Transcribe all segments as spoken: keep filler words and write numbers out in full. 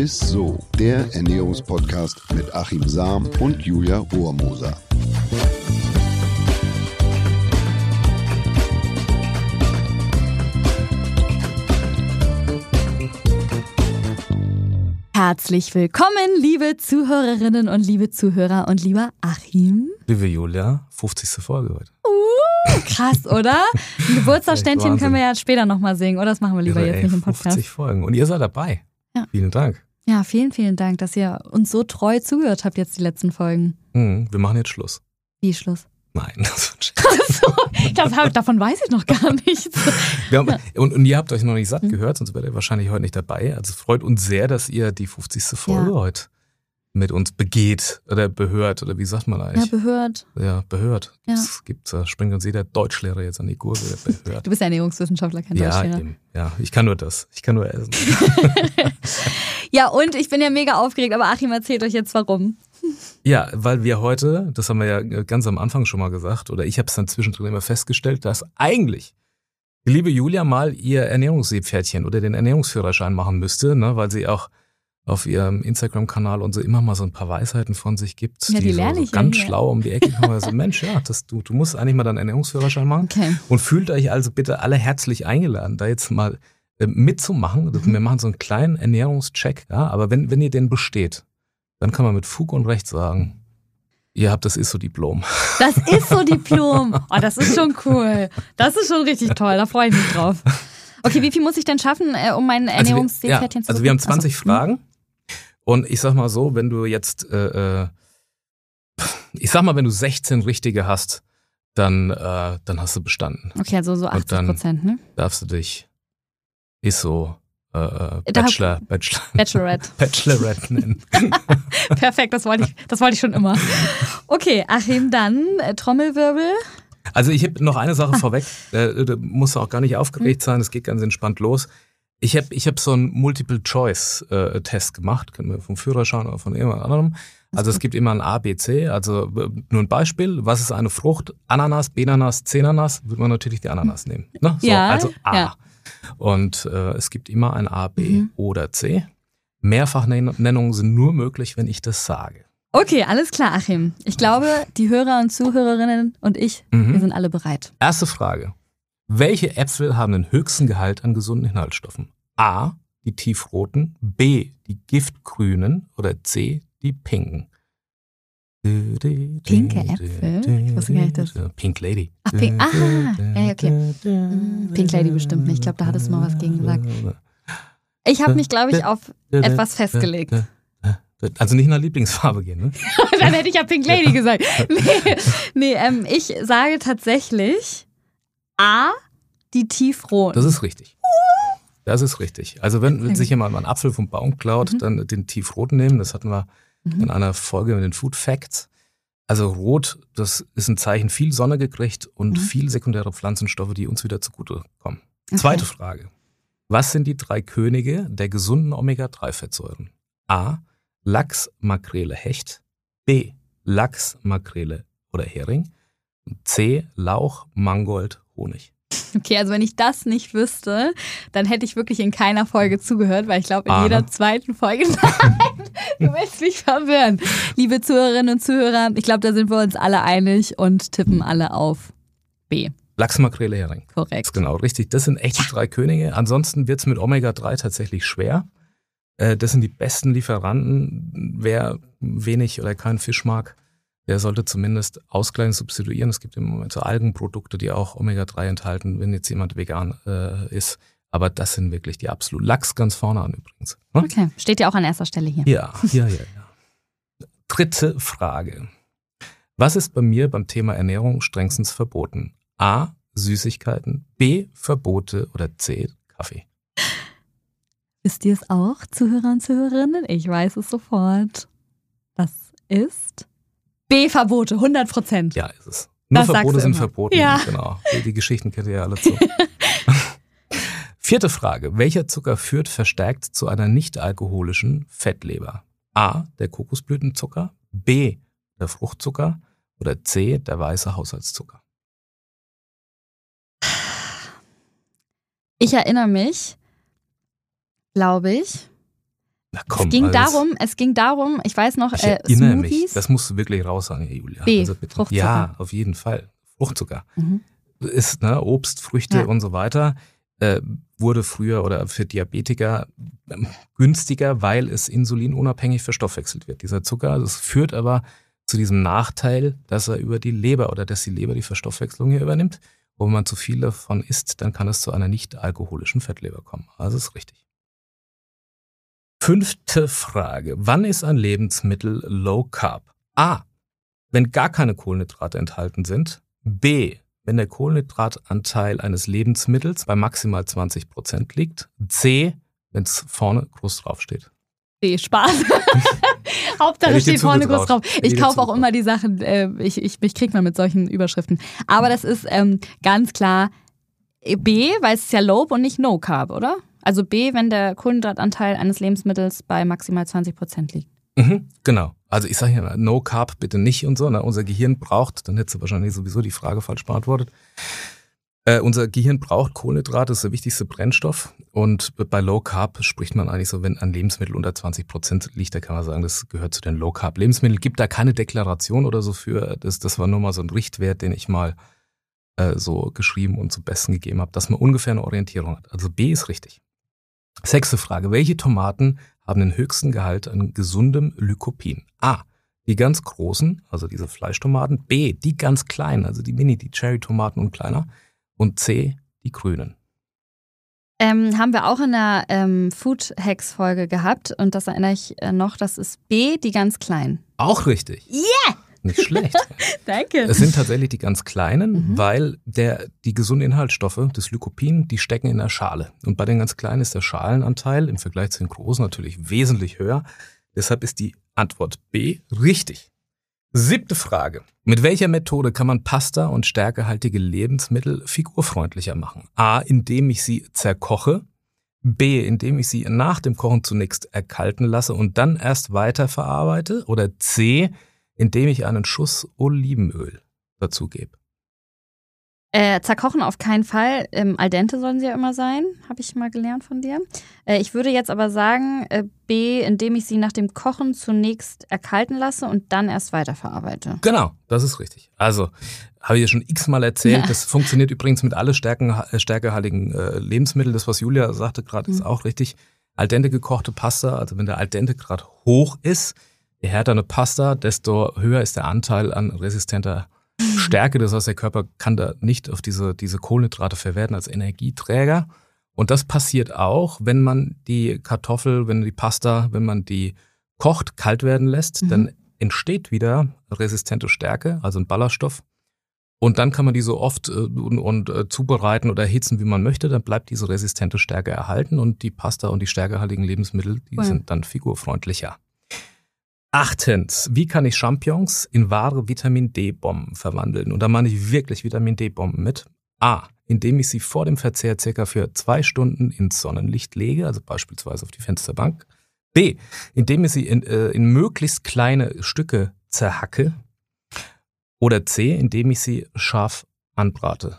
ist so, der Ernährungspodcast mit Achim Sam und Julia Rohrmoser. Herzlich willkommen, liebe Zuhörerinnen und liebe Zuhörer und lieber Achim. Liebe Julia, fünfzigste Folge heute. Uh, krass, oder? Ein Geburtstagsständchen können wir ja später nochmal singen, oder? Das machen wir lieber ja, jetzt ey, nicht im Podcast. fünfzig Folgen und ihr seid dabei. Ja. Vielen Dank. Ja, vielen, vielen Dank, dass ihr uns so treu zugehört habt jetzt die letzten Folgen. Mhm, wir machen jetzt Schluss. Wie Schluss? Nein, das wird so, das, davon weiß ich noch gar nichts. Wir haben, und, und ihr habt euch noch nicht satt gehört, sonst wärt ihr wahrscheinlich heute nicht dabei. Also es freut uns sehr, dass ihr die fünfzigste Folge ja. heute mit uns begeht oder behört oder wie sagt man eigentlich? Ja, behört. Ja, behört. Ja. Das gibt's, da springt uns jeder Deutschlehrer jetzt an die Gurgel, der behört. Du bist ja Ernährungswissenschaftler, kein ja, Deutschlehrer. Eben. Ja, ich kann nur das. Ich kann nur essen. Ja, und ich bin ja mega aufgeregt, aber Achim erzählt euch jetzt warum. Ja, weil wir heute, das haben wir ja ganz am Anfang schon mal gesagt, oder ich habe es dann zwischendrin immer festgestellt, dass eigentlich die liebe Julia mal ihr Ernährungsseepferdchen oder den Ernährungsführerschein machen müsste, ne, weil sie auch auf ihrem Instagram-Kanal und so immer mal so ein paar Weisheiten von sich gibt, ja, die, die so, lerne so ich ganz ja, schlau um die Ecke kommen. Also Mensch, ja, das, du, du musst eigentlich mal deinen Ernährungsführerschein machen. Okay. Und fühlt euch also bitte alle herzlich eingeladen, da jetzt mal äh, mitzumachen. Mhm. Wir machen so einen kleinen Ernährungscheck, ja, aber wenn, wenn ihr den besteht, dann kann man mit Fug und Recht sagen, ihr habt das ISSO-Diplom. Das ISSO-Diplom. Oh, das ist schon cool. Das ist schon richtig toll. Da freue ich mich drauf. Okay, wie viel muss ich denn schaffen, äh, um mein Ernährungsseepferdchen also zu bekommen? Also wir haben zwanzig also, Fragen. Und ich sag mal so, wenn du jetzt, äh, ich sag mal, wenn du sechzehn richtige hast, dann, äh, dann hast du bestanden. Okay, also so achtzig Prozent, ne? Darfst du dich ISSO Äh, Bachelor, Bachelor, Bachelorette. Bachelorette nennen. Perfekt, das wollte ich, das wollte ich schon immer. Okay, Achim, dann äh, Trommelwirbel. Also ich habe noch eine Sache ah. vorweg, äh, da musst du auch gar nicht aufgeregt hm. sein, das geht ganz entspannt los. Ich habe ich hab so einen Multiple-Choice-Test gemacht, können wir vom Führerschein oder von irgendwas anderem. Also es gibt immer ein A, B, C, also nur ein Beispiel, was ist eine Frucht? Ananas, Benanas, Cenanas, würde man natürlich die Ananas nehmen. Ne? So, ja, also A. Ja. Und äh, es gibt immer ein A, B mhm. oder C. Mehrfachnennungen sind nur möglich, wenn ich das sage. Okay, alles klar, Achim. Ich glaube, die Hörer und Zuhörerinnen und ich, mhm. wir sind alle bereit. Erste Frage. Welche Äpfel haben den höchsten Gehalt an gesunden Inhaltsstoffen? A, die tiefroten, B, die giftgrünen oder C, die pinken? Pinke Äpfel? Ich wusste gar nicht, das. Pink Lady. Ach, Pink. Aha. Ja, okay. Pink Lady bestimmt nicht. Ich glaube, da hattest du mal was gegen gesagt. Ich habe mich, glaube ich, auf etwas festgelegt. Also nicht nach Lieblingsfarbe gehen, ne? Dann hätte ich ja Pink Lady gesagt. Nee, nee ähm, ich sage tatsächlich A, die tiefroten. Das ist richtig. Das ist richtig. Also wenn, wenn sich jemand mal einen Apfel vom Baum klaut, mhm. dann den tiefroten nehmen. Das hatten wir in einer Folge mit den Food Facts. Also rot, das ist ein Zeichen, viel Sonne gekriegt und mhm. viel sekundäre Pflanzenstoffe, die uns wieder zugute kommen. Okay. Zweite Frage. Was sind die drei Könige der gesunden Omega drei Fettsäuren? A, Lachs, Makrele, Hecht. B, Lachs, Makrele oder Hering. C, Lauch, Mangold, Honig. Okay, also wenn ich das nicht wüsste, dann hätte ich wirklich in keiner Folge zugehört, weil ich glaube, in Aha. jeder zweiten Folge, nein, du willst mich verwirren. Liebe Zuhörerinnen und Zuhörer, ich glaube, da sind wir uns alle einig und tippen alle auf B. Lachs, Makrele, Hering. Korrekt. Das ist genau, richtig. Das sind echt die drei Könige. Ansonsten wird es mit Omega drei tatsächlich schwer. Das sind die besten Lieferanten. Wer wenig oder keinen Fisch mag, der sollte zumindest ausgleichend substituieren. Es gibt im Moment so Algenprodukte, die auch Omega drei enthalten, wenn jetzt jemand vegan äh, ist. Aber das sind wirklich die absolut. Lachs ganz vorne an übrigens. Hm? Okay, steht ja auch an erster Stelle hier. Ja, ja, ja, ja. Dritte Frage. Was ist bei mir beim Thema Ernährung strengstens verboten? A, Süßigkeiten, B, Verbote oder C, Kaffee? Wisst ihr es auch, Zuhörer und Zuhörerinnen? Ich weiß es sofort. Das ist B, Verbote, hundert Prozent. Ja, ist es. Nur das Verbote sind immer. verboten. Ja. Genau. Die, die Geschichten kennt ihr ja alle zu. Vierte Frage. Welcher Zucker führt verstärkt zu einer nicht-alkoholischen Fettleber? A, der Kokosblütenzucker, B, der Fruchtzucker oder C, der weiße Haushaltszucker? Ich erinnere mich, glaube ich, Na komm, es ging also darum, es ging darum, ich weiß noch, ich äh, erinnere Smoothies. mich, das musst du wirklich raus sagen, Julia. B, also bitte. Fruchtzucker. Ja, auf jeden Fall. Fruchtzucker. Mhm. Ist, ne, Obst, Früchte Ja. und so weiter, äh, wurde früher oder für Diabetiker ähm, günstiger, weil es insulinunabhängig verstoffwechselt wird, dieser Zucker. Das führt aber zu diesem Nachteil, dass er über die Leber oder dass die Leber die Verstoffwechslung hier übernimmt. Und wenn man zu viel davon isst, dann kann es zu einer nicht alkoholischen Fettleber kommen. Also ist richtig. Fünfte Frage. Wann ist ein Lebensmittel Low Carb? A. Wenn gar keine Kohlenhydrate enthalten sind. B. Wenn der Kohlenhydratanteil eines Lebensmittels bei maximal zwanzig Prozent liegt. C. Wenn es vorne groß draufsteht. B, Spaß. Hauptsache Hätte ich dir steht vorne zugetraut. groß drauf. Hätte ich Ich dir kaufe auch zugetraut. immer die Sachen, äh, ich, ich, mich kriegt man mit solchen Überschriften. Aber das ist ähm, ganz klar B, weil es ist ja Low und nicht No Carb, oder? Also B, wenn der Kohlenhydratanteil eines Lebensmittels bei maximal zwanzig Prozent liegt. Mhm, genau. Also ich sage ja, No Carb bitte nicht und so. Ne? Unser Gehirn braucht, dann hättest du wahrscheinlich sowieso die Frage falsch beantwortet. Äh, unser Gehirn braucht Kohlenhydrate, das ist der wichtigste Brennstoff. Und bei Low Carb spricht man eigentlich so, wenn ein Lebensmittel unter zwanzig Prozent liegt, da kann man sagen, das gehört zu den Low Carb Lebensmitteln. Gibt da keine Deklaration oder so für. Das, das war nur mal so ein Richtwert, den ich mal äh, so geschrieben und zum Besten gegeben habe, dass man ungefähr eine Orientierung hat. Also B ist richtig. Sechste Frage. Welche Tomaten haben den höchsten Gehalt an gesundem Lycopin? A. Die ganz großen, also diese Fleischtomaten. B. Die ganz kleinen, also die Mini, die Cherry-Tomaten und kleiner. Und C. Die grünen. Ähm, haben wir auch in der ähm, Food Hacks Folge gehabt und das erinnere ich äh, noch, das ist B, die ganz kleinen. Auch richtig. Yeah! Nicht schlecht. Danke. Es sind tatsächlich die ganz kleinen, Mhm. weil der, die gesunden Inhaltsstoffe des Lycopin, die stecken in der Schale. Und bei den ganz kleinen ist der Schalenanteil im Vergleich zu den großen natürlich wesentlich höher. Deshalb ist die Antwort B richtig. Siebte Frage. Mit welcher Methode kann man Pasta und stärkehaltige Lebensmittel figurfreundlicher machen? A, indem ich sie zerkoche. B, indem ich sie nach dem Kochen zunächst erkalten lasse und dann erst weiterverarbeite. Oder C, indem ich einen Schuss Olivenöl dazugebe. Äh, zerkochen auf keinen Fall. Ähm, al dente sollen sie ja immer sein, habe ich mal gelernt von dir. Äh, ich würde jetzt aber sagen, äh, B, indem ich sie nach dem Kochen zunächst erkalten lasse und dann erst weiterverarbeite. Genau, das ist richtig. Also, habe ich ja schon x-mal erzählt, Ja. das funktioniert übrigens mit alle stärken, äh, stärkehaltigen äh, Lebensmitteln. Das, was Julia sagte gerade, ist Mhm. auch richtig. Al dente gekochte Pasta, also wenn der Al dente gerade hoch ist, je härter eine Pasta, desto höher ist der Anteil an resistenter Stärke. Das heißt, der Körper kann da nicht auf diese, diese Kohlenhydrate verwerten als Energieträger. Und das passiert auch, wenn man die Kartoffel, wenn die Pasta, wenn man die kocht, kalt werden lässt, Mhm. dann entsteht wieder resistente Stärke, also ein Ballaststoff. Und dann kann man die so oft äh, und, und äh, zubereiten oder erhitzen, wie man möchte. Dann bleibt diese resistente Stärke erhalten und die Pasta und die stärkehaltigen Lebensmittel, die Cool. sind dann figurfreundlicher. Achtens, wie kann ich Champignons in wahre Vitamin-D-Bomben verwandeln? Und da meine ich wirklich Vitamin-D-Bomben mit. A, indem ich sie vor dem Verzehr circa für zwei Stunden ins Sonnenlicht lege, also beispielsweise auf die Fensterbank. B, indem ich sie in, äh, in möglichst kleine Stücke zerhacke. Oder C, indem ich sie scharf anbrate.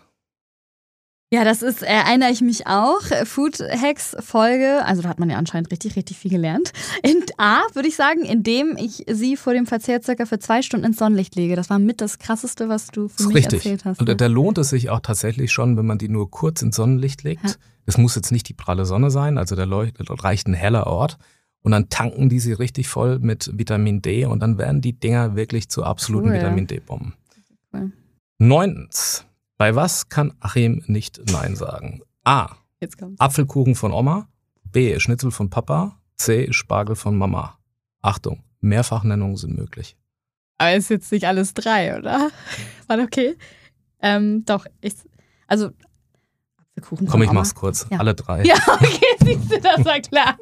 Ja, das ist, äh, erinnere ich mich auch. Food Hacks Folge, also da hat man ja anscheinend richtig, richtig viel gelernt. In A, würde ich sagen, indem ich sie vor dem Verzehr circa für zwei Stunden ins Sonnenlicht lege. Das war mit das Krasseste, was du für Das ist mich richtig. erzählt hast. Und Ne? da lohnt es sich auch tatsächlich schon, wenn man die nur kurz ins Sonnenlicht legt. Ja. Das muss jetzt nicht die pralle Sonne sein, also da leuchtet- reicht ein heller Ort. Und dann tanken die sie richtig voll mit Vitamin D und dann werden die Dinger wirklich zu absoluten Cool, ja. Vitamin D-Bomben. Cool. Neuntens. Bei was kann Achim nicht Nein sagen? A. Jetzt kommt's. Apfelkuchen von Oma. B. Schnitzel von Papa. C. Spargel von Mama. Achtung, Mehrfachnennungen sind möglich. Aber ist jetzt nicht alles drei, oder? War das okay? Ähm, doch, ich, also Apfelkuchen Komm, von ich Oma. mach's kurz. Ja. Alle drei. Ja, okay, siehst du, das war klar.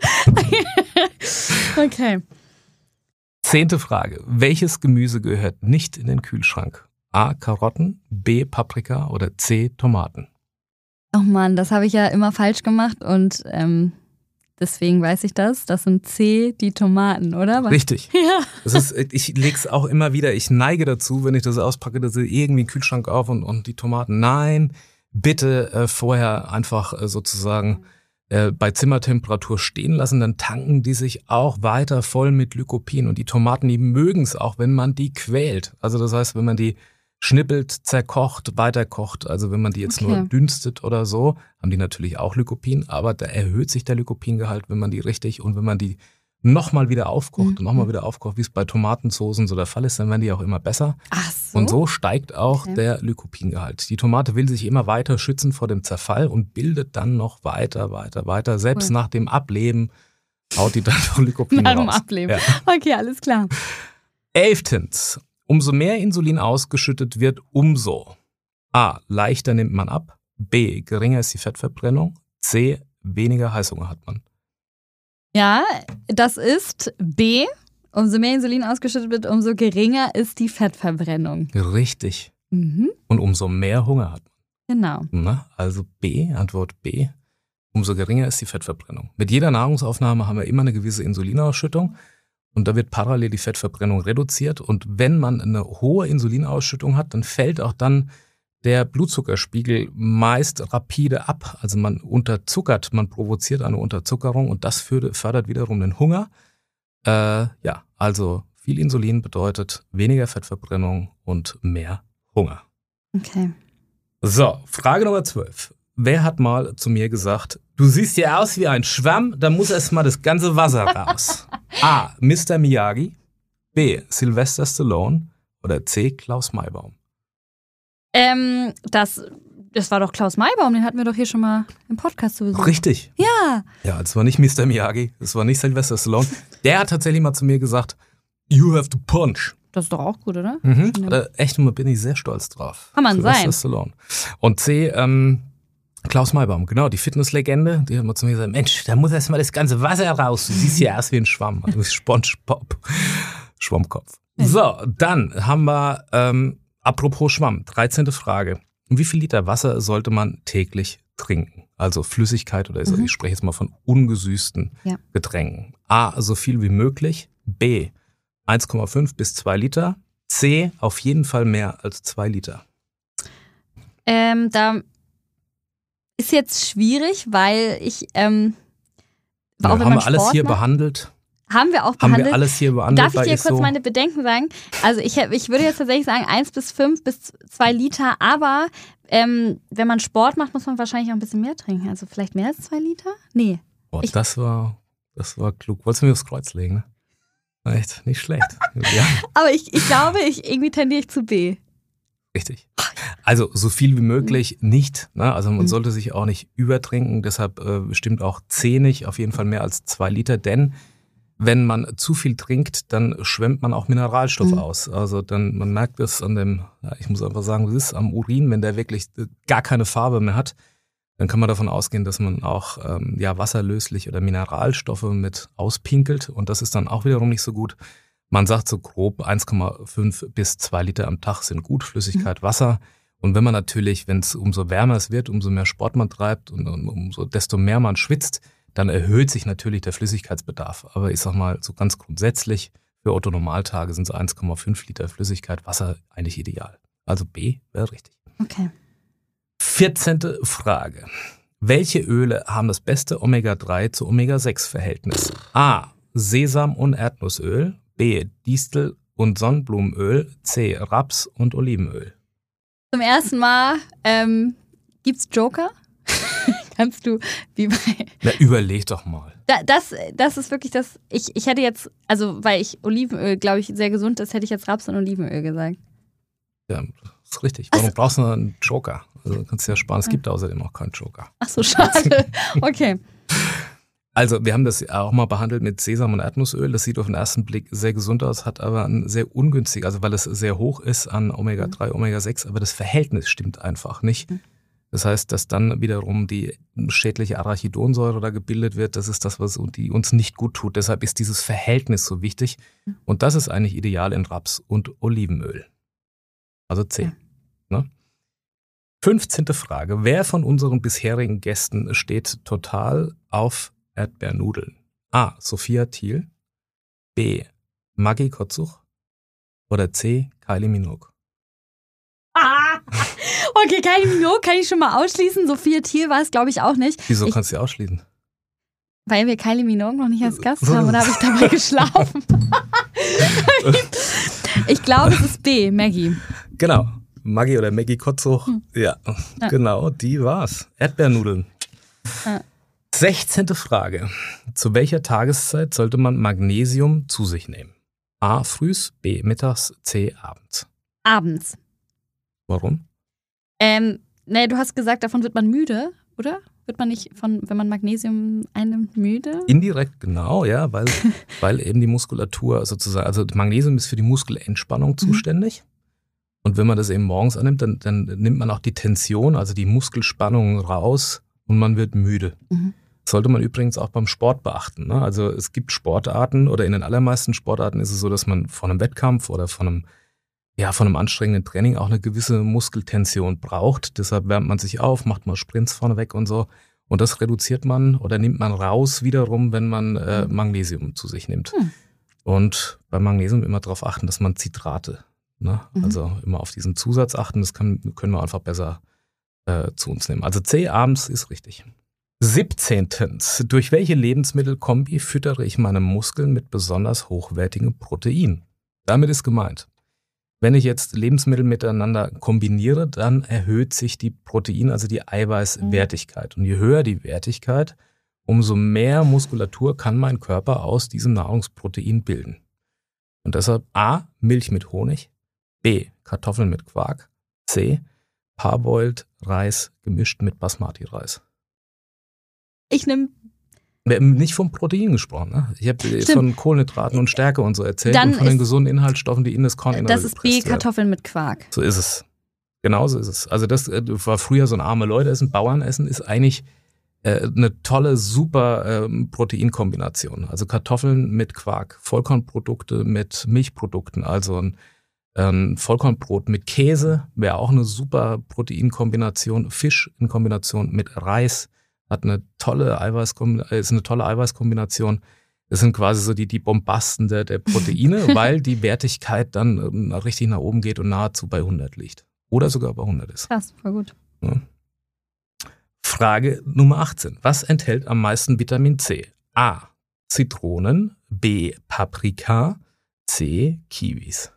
Okay. Zehnte Frage. Welches Gemüse gehört nicht in den Kühlschrank? A. Karotten, B. Paprika oder C. Tomaten? Oh Mann, das habe ich ja immer falsch gemacht und ähm, deswegen weiß ich das. Das sind C, die Tomaten, oder? Richtig. Ja. Das ist, ich leg's auch immer wieder, ich neige dazu, wenn ich das auspacke, dass ich irgendwie einen Kühlschrank auf und, und die Tomaten. Nein, bitte äh, vorher einfach äh, sozusagen äh, bei Zimmertemperatur stehen lassen, dann tanken die sich auch weiter voll mit Lycopin. Und die Tomaten, die mögen es auch, wenn man die quält. Also das heißt, wenn man die schnippelt, zerkocht, weiterkocht, also wenn man die jetzt okay. nur dünstet oder so, haben die natürlich auch Lycopin, aber da erhöht sich der Lycopingehalt, wenn man die richtig und wenn man die nochmal wieder aufkocht mhm. und nochmal wieder aufkocht, wie es bei Tomatensoßen so der Fall ist, dann werden die auch immer besser. Ach so. Und so steigt auch okay. der Lycopingehalt. Die Tomate will sich immer weiter schützen vor dem Zerfall und bildet dann noch weiter, weiter, weiter. Selbst cool. nach dem Ableben haut die dann noch Lycopin nach raus. Nach dem Ableben. Ja. Okay, alles klar. Elftens. Umso mehr Insulin ausgeschüttet wird, umso A. leichter nimmt man ab, B. geringer ist die Fettverbrennung, C. weniger Heißhunger hat man. Ja, das ist B. Umso mehr Insulin ausgeschüttet wird, umso geringer ist die Fettverbrennung. Richtig. Mhm. Und umso mehr Hunger hat man. Genau. Na, also B, Antwort B. Umso geringer ist die Fettverbrennung. Mit jeder Nahrungsaufnahme haben wir immer eine gewisse Insulinausschüttung. Und da wird parallel die Fettverbrennung reduziert. Und wenn man eine hohe Insulinausschüttung hat, dann fällt auch dann der Blutzuckerspiegel meist rapide ab. Also man unterzuckert, man provoziert eine Unterzuckerung und das fördert wiederum den Hunger. Äh, ja, also viel Insulin bedeutet weniger Fettverbrennung und mehr Hunger. Okay. So, Frage Nummer zwölf. Wer hat mal zu mir gesagt, du siehst ja aus wie ein Schwamm, da muss erst mal das ganze Wasser raus. A. Mister Miyagi, B. Sylvester Stallone oder C. Klaus Maybaum? Ähm, das, das war doch Klaus Maybaum, den hatten wir doch hier schon mal im Podcast zu Besuch. Richtig. Ja. Ja, das war nicht Mister Miyagi, das war nicht Sylvester Stallone. Der hat tatsächlich mal zu mir gesagt, you have to punch. Das ist doch auch gut, oder? Mhm. Da, echt, da bin ich sehr stolz drauf. Kann man Sylvester sein. Stallone. Und C. Ähm, Klaus Maybaum, genau, die Fitnesslegende, die hat mal zu mir gesagt, Mensch, da muss erst mal das ganze Wasser raus, du siehst ja aus wie ein Schwamm, also SpongeBob, Schwammkopf. So, dann haben wir, ähm, apropos Schwamm, dreizehnte Frage. Wie viel Liter Wasser sollte man täglich trinken? Also Flüssigkeit oder mhm. ich spreche jetzt mal von ungesüßten ja. Getränken. A, so viel wie möglich, B, eins Komma fünf bis zwei Liter, C, auf jeden Fall mehr als zwei Liter. Ähm, da ist jetzt schwierig, weil ich ähm, ja, auch wenn haben man wir alles Sport hier macht, behandelt? Haben wir auch Haben behandelt. wir alles hier behandelt? Darf ich dir kurz so meine Bedenken sagen? Also ich, ich würde jetzt tatsächlich sagen eins bis fünf bis zwei Liter, aber ähm, wenn man Sport macht, muss man wahrscheinlich auch ein bisschen mehr trinken. Also vielleicht mehr als zwei Liter? Nee. Boah, ich, das war, das war klug. Wolltest du mir aufs Kreuz legen, ne? Echt, nicht schlecht. Ja. Aber ich, ich glaube, ich irgendwie tendiere ich zu B. Richtig. Also so viel wie möglich nicht. Ne? Also man sollte sich auch nicht übertrinken. Deshalb äh, stimmt auch C nicht. Auf jeden Fall mehr als zwei Liter. Denn wenn man zu viel trinkt, dann schwemmt man auch Mineralstoff mhm. aus. Also dann, man merkt es an dem, ja, ich muss einfach sagen, das ist am Urin, wenn der wirklich gar keine Farbe mehr hat, dann kann man davon ausgehen, dass man auch ähm, ja, wasserlöslich oder Mineralstoffe mit auspinkelt. Und das ist dann auch wiederum nicht so gut. Man sagt so grob eins Komma fünf bis zwei Liter am Tag sind gut, Flüssigkeit, mhm. Wasser. Und wenn man natürlich, wenn es umso wärmer es wird, umso mehr Sport man treibt und, und umso desto mehr man schwitzt, dann erhöht sich natürlich der Flüssigkeitsbedarf. Aber ich sag mal, so ganz grundsätzlich, für Otto-Normaltage sind so eins Komma fünf Liter Flüssigkeit, Wasser eigentlich ideal. Also B wäre richtig. Okay. vierzehnte Frage. Welche Öle haben das beste Omega drei zu Omega sechs Verhältnis? A. Sesam- und Erdnussöl. B. Distel- und Sonnenblumenöl. C. Raps- und Olivenöl. Zum ersten Mal ähm, gibt's Joker. Kannst du, wie bei... Na, überleg doch mal. Da, das, das ist wirklich das, ich, ich hätte jetzt, also weil ich Olivenöl, glaube ich, sehr gesund ist, hätte ich jetzt Raps und Olivenöl gesagt. Ja, das ist richtig. Warum also, brauchst du einen Joker? Also kannst du ja sparen, es gibt außerdem auch keinen Joker. Ach so, schade. Okay. Also wir haben das auch mal behandelt mit Sesam- und Erdnussöl. Das sieht auf den ersten Blick sehr gesund aus, hat aber ein sehr ungünstig, also weil es sehr hoch ist an Omega drei, mhm. Omega sechs, aber das Verhältnis stimmt einfach nicht. Mhm. Das heißt, dass dann wiederum die schädliche Arachidonsäure da gebildet wird, das ist das, was die uns nicht gut tut. Deshalb ist dieses Verhältnis so wichtig. Mhm. Und das ist eigentlich ideal in Raps- und Olivenöl. Also C. Mhm. Ne? fünfzehnte Frage. Wer von unseren bisherigen Gästen steht total auf Erdbeernudeln? A. Sophia Thiel, B. Maggie Kotzuch oder C. Kylie Minogue? Ah, okay, Kylie Minogue kann ich schon mal ausschließen. Sophia Thiel war es, glaube ich, auch nicht. Wieso ich, kannst du sie ausschließen? Weil wir Kylie Minogue noch nicht als Gast haben, oder habe ich dabei geschlafen? Ich glaube, es ist B, Maggie. Genau. Maggie oder Maggie Kotzhoch. Hm. Ja, ja, genau, die war's. Erdbeernudeln. Ja. sechzehnte Frage. Zu welcher Tageszeit sollte man Magnesium zu sich nehmen? A, frühs, B, mittags, C, abends. Abends. Warum? Ähm, ne, du hast gesagt, davon wird man müde, oder? Wird man nicht, von, wenn man Magnesium einnimmt, müde? Indirekt, genau, ja, weil, weil eben die Muskulatur sozusagen, also Magnesium ist für die Muskelentspannung zuständig. Mhm. Und wenn man das eben morgens annimmt, dann, dann nimmt man auch die Tension, also die Muskelspannung raus und man wird müde. Mhm. Das sollte man übrigens auch beim Sport beachten. Ne? Also es gibt Sportarten oder in den allermeisten Sportarten ist es so, dass man vor einem Wettkampf oder vor einem, ja, von einem anstrengenden Training auch eine gewisse Muskeltension braucht. Deshalb wärmt man sich auf, macht mal Sprints vorneweg und so. Und das reduziert man oder nimmt man raus wiederum, wenn man äh, Magnesium zu sich nimmt. Hm. Und beim Magnesium immer darauf achten, dass man Zitrate, ne? Mhm. Also immer auf diesen Zusatz achten, das kann, können wir einfach besser äh, zu uns nehmen. Also C abends ist richtig. siebzehntens. Durch welche Lebensmittelkombi füttere ich meine Muskeln mit besonders hochwertigem Protein? Damit ist gemeint, wenn ich jetzt Lebensmittel miteinander kombiniere, dann erhöht sich die Protein, also die Eiweißwertigkeit. Und je höher die Wertigkeit, umso mehr Muskulatur kann mein Körper aus diesem Nahrungsprotein bilden. Und deshalb A, Milch mit Honig, B, Kartoffeln mit Quark, C, Parboiled Reis gemischt mit Basmati-Reis. Ich nehme... Wir haben nicht vom Protein gesprochen. Ne? Ich habe jetzt von Kohlenhydraten und Stärke und so erzählt Dann und von den gesunden Inhaltsstoffen, die in das Korn Das ist B, Kartoffeln mit Quark. So ist es. Genauso ist es. Also das war früher so ein arme Leute-Essen. Bauernessen ist eigentlich äh, eine tolle, super ähm, Proteinkombination. Also Kartoffeln mit Quark, Vollkornprodukte mit Milchprodukten, also ein ähm, Vollkornbrot mit Käse wäre auch eine super Proteinkombination. Fisch in Kombination mit Reis hat eine tolle Eiweißkombination, ist eine tolle Eiweißkombination. Das sind quasi so die, die Bombasten der, der Proteine, weil die Wertigkeit dann richtig nach oben geht und nahezu bei hundert liegt. Oder sogar bei hundert ist. Krass, voll gut. Ja. Frage Nummer achtzehn. Was enthält am meisten Vitamin C? A. Zitronen, B. Paprika, C. Kiwis.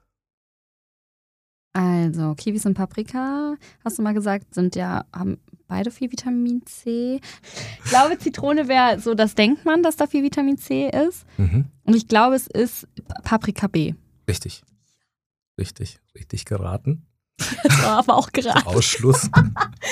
Also, Kiwis und Paprika, hast du mal gesagt, sind ja, haben beide viel Vitamin C. Ich glaube, Zitrone wäre so, das denkt man, dass da viel Vitamin C ist. Mhm. Und ich glaube, es ist Paprika B. Richtig. Richtig, richtig geraten. Das war aber auch geraten. Ausschluss. Das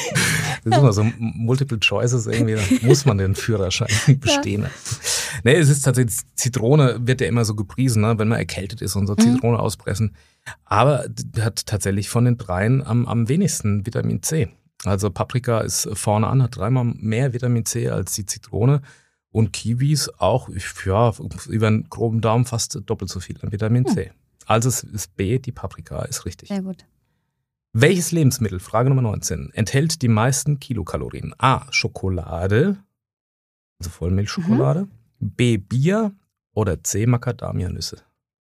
ist immer so Multiple Choices irgendwie, da muss man den Führerschein bestehen. Ja. Nee, es ist tatsächlich, Zitrone wird ja immer so gepriesen, ne? Wenn man erkältet ist und so Zitrone mhm. auspressen. Aber die hat tatsächlich von den dreien am, am wenigsten Vitamin C. Also Paprika ist vorne an, hat dreimal mehr Vitamin C als die Zitrone. Und Kiwis auch, ja, über einen groben Daumen fast doppelt so viel an Vitamin C. Mhm. Also es ist B, die Paprika ist richtig. Sehr gut. Welches Lebensmittel, Frage Nummer neunzehn, enthält die meisten Kilokalorien? A, Schokolade, also Vollmilchschokolade, mhm. B, Bier oder C, Macadamia-Nüsse?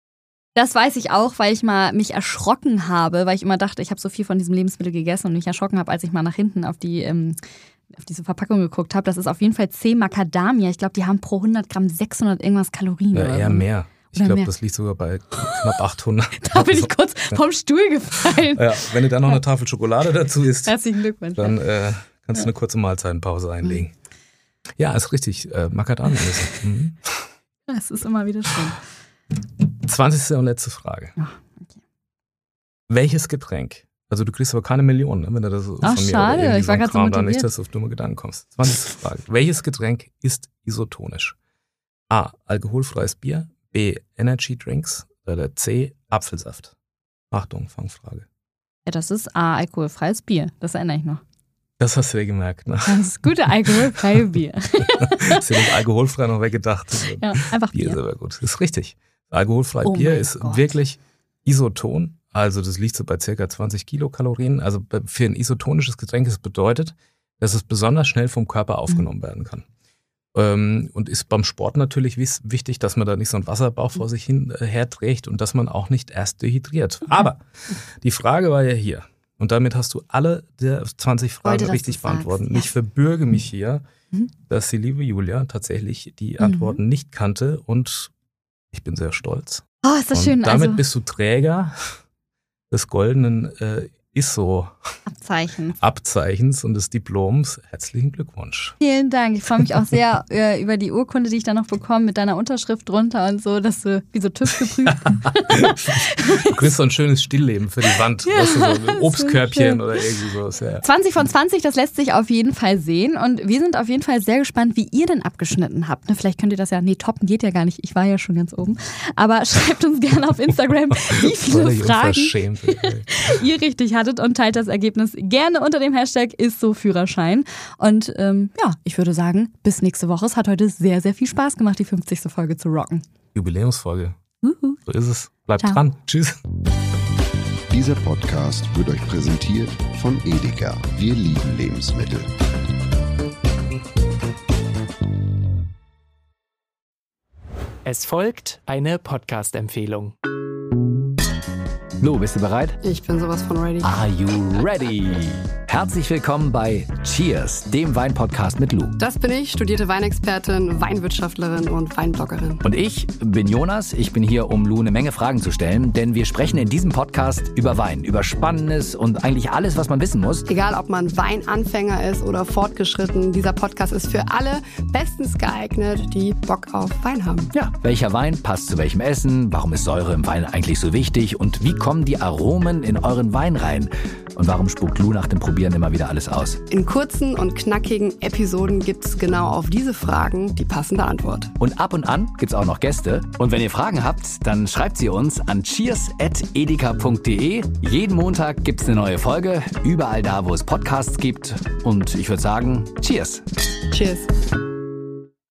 Das weiß ich auch, weil ich mal mich erschrocken habe, weil ich immer dachte, ich habe so viel von diesem Lebensmittel gegessen und mich erschrocken habe, als ich mal nach hinten auf die ähm, auf diese Verpackung geguckt habe. Das ist auf jeden Fall C, Macadamia. Ich glaube, die haben pro hundert Gramm sechshundert irgendwas Kalorien. Ja, oder eher so. mehr. Ich glaube, das liegt sogar bei knapp achthundert. Da bin ich kurz vom Stuhl gefallen. Ja, wenn du dann noch eine Tafel Schokolade dazu isst, herzlichen Glückwunsch. Dann äh, kannst du eine kurze Mahlzeitenpause einlegen. Mhm. Ja, ist richtig. Äh, Macadamia-Nüsse. Mhm. Das ist immer wieder schön. zwanzigste und letzte Frage. Ach, okay. Welches Getränk, also du kriegst aber keine Millionen, ne, wenn du das so Ach, von mir schade, oder ich war gerade so motiviert. Da nicht, dass du auf dumme Gedanken kommst. zwanzigste Frage. Welches Getränk ist isotonisch? A. Alkoholfreies Bier, B. Energy Drinks oder C. Apfelsaft? Achtung, Fangfrage. Ja, das ist A. Alkoholfreies Bier. Das erinnere ich noch. Das hast du dir gemerkt, ne? Das ist gute alkoholfreie Bier. Hast du nicht alkoholfrei noch weggedacht? Ja, einfach Bier. Bier ist aber gut. Das ist richtig. Alkoholfrei oh Bier ist Gott. wirklich isoton. Also das liegt so bei ca. zwanzig Kilokalorien. Also für ein isotonisches Getränk das bedeutet, dass es besonders schnell vom Körper aufgenommen mhm. werden kann. Ähm, und ist beim Sport natürlich wichtig, dass man da nicht so einen Wasserbauch vor sich hin äh, herträgt und dass man auch nicht erst dehydriert. Mhm. Aber die Frage war ja hier. Und damit hast du alle der zwanzig Fragen Heute, richtig beantwortet. Ja. Ich verbürge mich hier mhm. dass die liebe Julia tatsächlich die Antworten mhm. nicht kannte und ich bin sehr stolz. Oh, ist das und schön. Damit also, bist du Träger des goldenen äh, I S O Abzeichens. Abzeichens und des Diploms. Herzlichen Glückwunsch. Vielen Dank. Ich freue mich auch sehr äh, über die Urkunde, die ich dann noch bekomme, mit deiner Unterschrift drunter und so, dass du wie so TÜV geprüft. Du kriegst so ein schönes Stillleben für die Wand. Ja, weißt du, so ein Obstkörbchen oder irgendwie sowas. Ja. zwanzig von zwanzig, das lässt sich auf jeden Fall sehen. Und wir sind auf jeden Fall sehr gespannt, wie ihr denn abgeschnitten habt. Ne, vielleicht könnt ihr das ja, nee, toppen geht ja gar nicht. Ich war ja schon ganz oben. Aber schreibt uns gerne auf Instagram, wie viele Fragen ihr richtig hattet und teilt das Ergebnis gerne unter dem Hashtag ISSOFührerschein. Und ähm, ja, ich würde sagen, bis nächste Woche. Es hat heute sehr, sehr viel Spaß gemacht, die fünfzigste Folge zu rocken. Jubiläumsfolge. Uhu. So ist es. Bleibt Ciao. dran. Tschüss. Dieser Podcast wird euch präsentiert von Edeka. Wir lieben Lebensmittel. Es folgt eine Podcast-Empfehlung. Lou, bist du bereit? Ich bin sowas von ready. Are you ready? Herzlich willkommen bei Cheers, dem Wein-Podcast mit Lou. Das bin ich, studierte Weinexpertin, Weinwirtschaftlerin und Weinbloggerin. Und ich bin Jonas. Ich bin hier, um Lou eine Menge Fragen zu stellen, denn wir sprechen in diesem Podcast über Wein, über Spannendes und eigentlich alles, was man wissen muss. Egal, ob man Weinanfänger ist oder fortgeschritten, dieser Podcast ist für alle bestens geeignet, die Bock auf Wein haben. Ja, welcher Wein passt zu welchem Essen? Warum ist Säure im Wein eigentlich so wichtig? Und wie kommen die Aromen in euren Wein rein? Und warum spuckt Lou nach dem Probieren immer wieder alles aus? In kurzen und knackigen Episoden gibt es genau auf diese Fragen die passende Antwort. Und ab und an gibt es auch noch Gäste. Und wenn ihr Fragen habt, dann schreibt sie uns an cheers at edeka punkt de. Jeden Montag gibt es eine neue Folge, überall da, wo es Podcasts gibt. Und ich würde sagen, Cheers! Cheers!